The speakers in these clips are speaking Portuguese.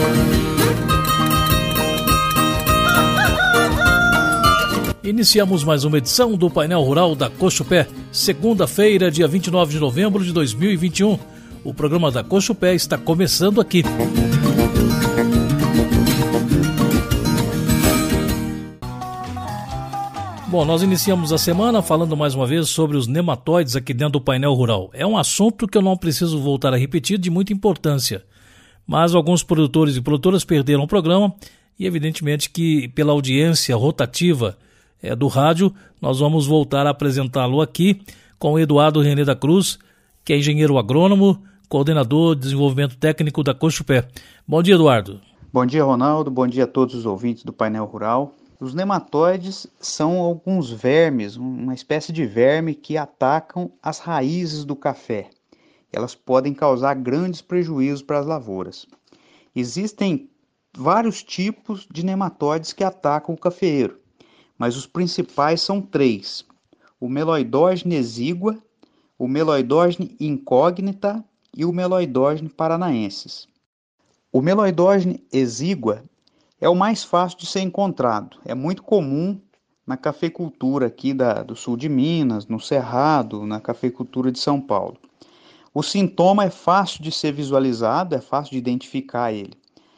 Iniciamos mais uma edição do Painel Rural da Cochupé, segunda-feira, dia 29 de novembro de 2021. O programa da Cochupé está começando aqui. Bom, nós iniciamos a semana falando mais uma vez sobre os nematóides aqui dentro do Painel Rural. É um assunto que eu não preciso voltar a repetir, de muita importância. Mas alguns produtores e produtoras perderam o programa e evidentemente que pela audiência rotativa do rádio, nós vamos voltar a apresentá-lo aqui com o Eduardo René da Cruz, que é engenheiro agrônomo, coordenador de desenvolvimento técnico da Cochupé. Bom dia, Eduardo. Bom dia, Ronaldo. Bom dia a todos os ouvintes do Painel Rural. Os nematóides são alguns vermes, uma espécie de verme que atacam as raízes do café. Elas podem causar grandes prejuízos para as lavouras. Existem vários tipos de nematóides que atacam o cafeeiro, mas os principais são 3. O Meloidogene exigua, o Meloidogene incognita e o Meloidogene paranaensis. O Meloidogene exigua é o mais fácil de ser encontrado. É muito comum na cafeicultura aqui do sul de Minas, no Cerrado, na cafeicultura de São Paulo. O sintoma é fácil de ser visualizado, é fácil de identificar ele.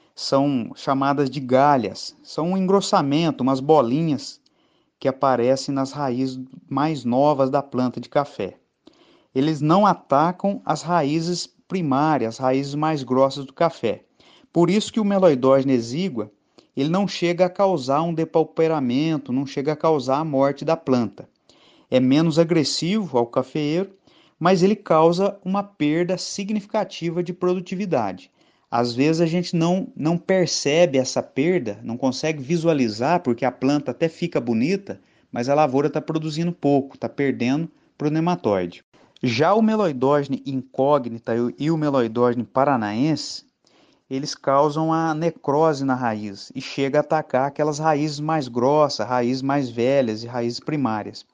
São chamadas de galhas, são um engrossamento, umas bolinhas que aparecem nas raízes mais novas da planta de café. Eles não atacam as raízes primárias, as raízes mais grossas do café. Por isso que o Meloidogene exigua, ele não chega a causar um depauperamento, não chega a causar a morte da planta. É menos agressivo ao cafeeiro, mas ele causa uma perda significativa de produtividade. Às vezes a gente não percebe essa perda, não consegue visualizar, porque a planta até fica bonita, mas a lavoura está produzindo pouco, está perdendo para o nematóide. Já o Meloidogene incógnita e o Meloidogene paranaense, eles causam a necrose na raiz e chega a atacar aquelas raízes mais grossas, raízes mais velhas e raízes primárias.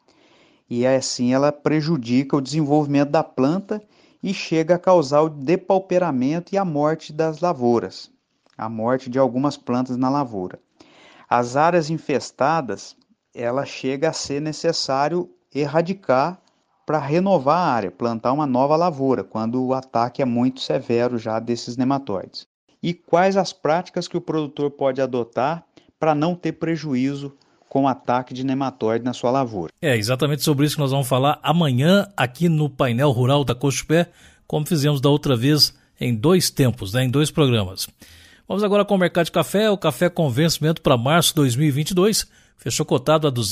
E assim ela prejudica o desenvolvimento da planta e chega a causar o depauperamento e a morte das lavouras, a morte de algumas plantas na lavoura. As áreas infestadas, ela chega a ser necessário erradicar para renovar a área, plantar uma nova lavoura, quando o ataque é muito severo já desses nematóides. E quais as práticas que o produtor pode adotar para não ter prejuízo com o ataque de nematóide na sua lavoura. É exatamente sobre isso que nós vamos falar amanhã aqui no Painel Rural da Cochupé, como fizemos da outra vez em 2 tempos, em 2 programas. Vamos agora com o mercado de café. O café com vencimento para março de 2022 fechou cotado a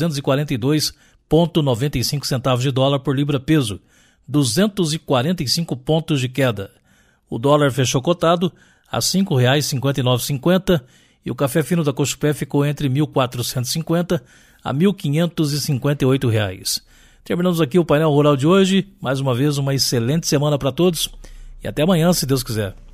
242,95 centavos de dólar por libra peso, 245 pontos de queda. O dólar fechou cotado a R$ 5,59,50 e o café fino da Cochupé ficou entre R$ 1.450 a R$ 1.558. Terminamos aqui o Painel Rural de hoje. Mais uma vez, uma excelente semana para todos e até amanhã, se Deus quiser.